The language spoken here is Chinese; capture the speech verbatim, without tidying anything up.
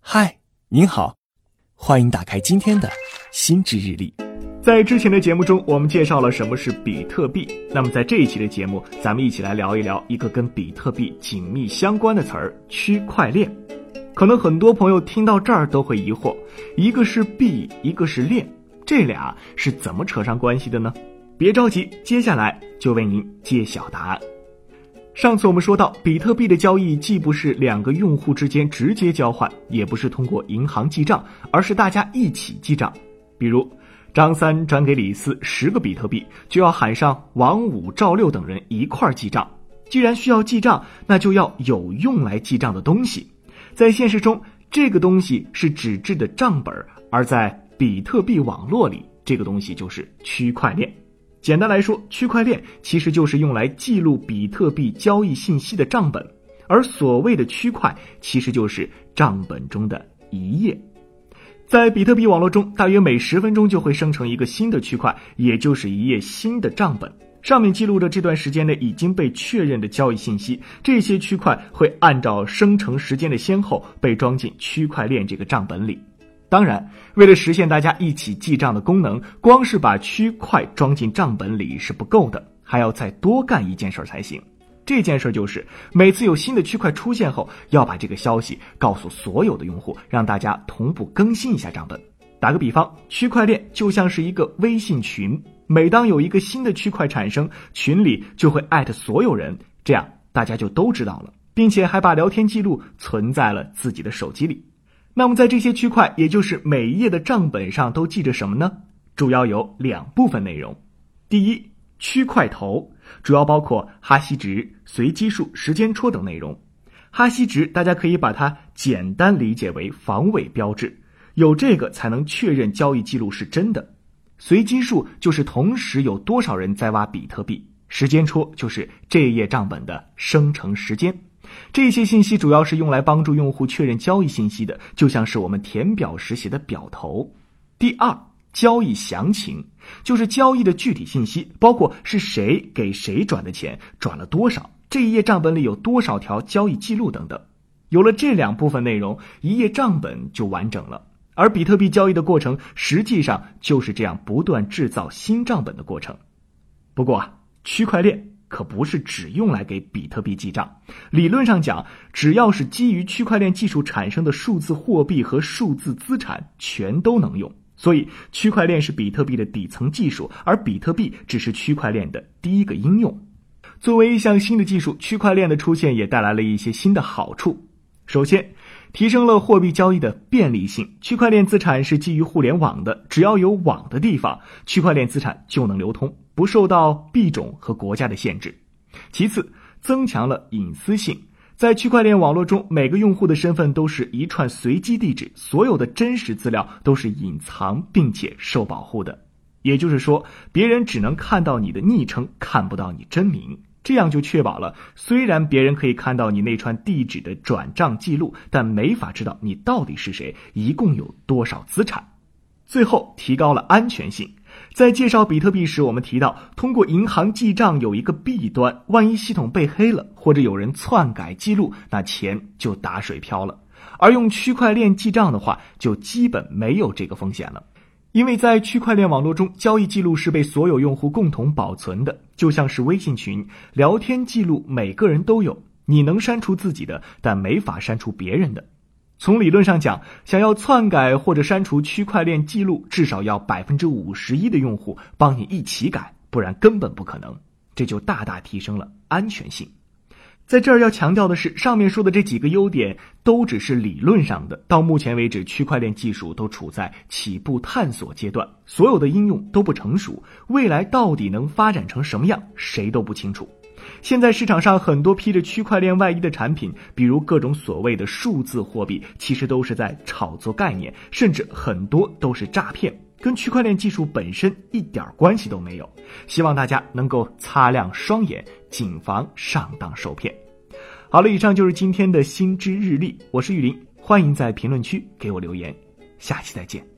嗨，您好，欢迎打开今天的心智日历。 在之前的节目中，我们介绍了什么是比特币。那么在这一期的节目，咱们一起来聊一聊一个跟比特币紧密相关的词儿——区块链。可能很多朋友听到这儿都会疑惑，一个是币，一个是链，这俩是怎么扯上关系的呢？别着急，接下来就为您揭晓答案。上次我们说到，比特币的交易既不是两个用户之间直接交换，也不是通过银行记账，而是大家一起记账。比如张三转给李四十个比特币，就要喊上王五、赵六等人一块儿记账。既然需要记账，那就要有用来记账的东西。在现实中，这个东西是纸质的账本，而在比特币网络里，这个东西就是区块链。简单来说，区块链其实就是用来记录比特币交易信息的账本，而所谓的区块其实就是账本中的一页。在比特币网络中，大约每十分钟就会生成一个新的区块，也就是一页新的账本，上面记录着这段时间内已经被确认的交易信息。这些区块会按照生成时间的先后被装进区块链这个账本里。当然，为了实现大家一起记账的功能，光是把区块装进账本里是不够的，还要再多干一件事才行。这件事就是每次有新的区块出现后，要把这个消息告诉所有的用户，让大家同步更新一下账本。打个比方，区块链就像是一个微信群，每当有一个新的区块产生，群里就会艾特所有人，这样大家就都知道了，并且还把聊天记录存在了自己的手机里。那么在这些区块，也就是每一页的账本上都记着什么呢？主要有两部分内容。第一，区块头，主要包括哈希值、随机数、时间戳等内容。哈希值大家可以把它简单理解为防伪标志，有这个才能确认交易记录是真的。随机数就是同时有多少人在挖比特币，时间戳就是这页账本的生成时间。这些信息主要是用来帮助用户确认交易信息的，就像是我们填表时写的表头。第二，交易详情，就是交易的具体信息，包括是谁给谁转的钱，转了多少，这一页账本里有多少条交易记录等等。有了这两部分内容，一页账本就完整了。而比特币交易的过程实际上就是这样不断制造新账本的过程。不过啊，区块链可不是只用来给比特币记账。理论上讲，只要是基于区块链技术产生的数字货币和数字资产全都能用。所以区块链是比特币的底层技术，而比特币只是区块链的第一个应用。作为一项新的技术，区块链的出现也带来了一些新的好处。首先，提升了货币交易的便利性。区块链资产是基于互联网的，只要有网的地方，区块链资产就能流通，不受到币种和国家的限制。其次，增强了隐私性。在区块链网络中，每个用户的身份都是一串随机地址，所有的真实资料都是隐藏并且受保护的。也就是说，别人只能看到你的昵称，看不到你真名。这样就确保了，虽然别人可以看到你那串地址的转账记录，但没法知道你到底是谁，一共有多少资产。最后，提高了安全性。在介绍比特币时，我们提到，通过银行记账有一个弊端，万一系统被黑了，或者有人篡改记录，那钱就打水漂了。而用区块链记账的话，就基本没有这个风险了。因为在区块链网络中，交易记录是被所有用户共同保存的，就像是微信群，聊天记录每个人都有，你能删除自己的，但没法删除别人的。从理论上讲，想要篡改或者删除区块链记录，至少要 百分之五十一 的用户帮你一起改，不然根本不可能。这就大大提升了安全性。在这儿要强调的是，上面说的这几个优点都只是理论上的，到目前为止，区块链技术都处在起步探索阶段，所有的应用都不成熟，未来到底能发展成什么样，谁都不清楚。现在市场上很多披着区块链外衣的产品，比如各种所谓的数字货币，其实都是在炒作概念，甚至很多都是诈骗，跟区块链技术本身一点关系都没有。希望大家能够擦亮双眼，谨防上当受骗。好了，以上就是今天的心知日历，我是玉林，欢迎在评论区给我留言，下期再见。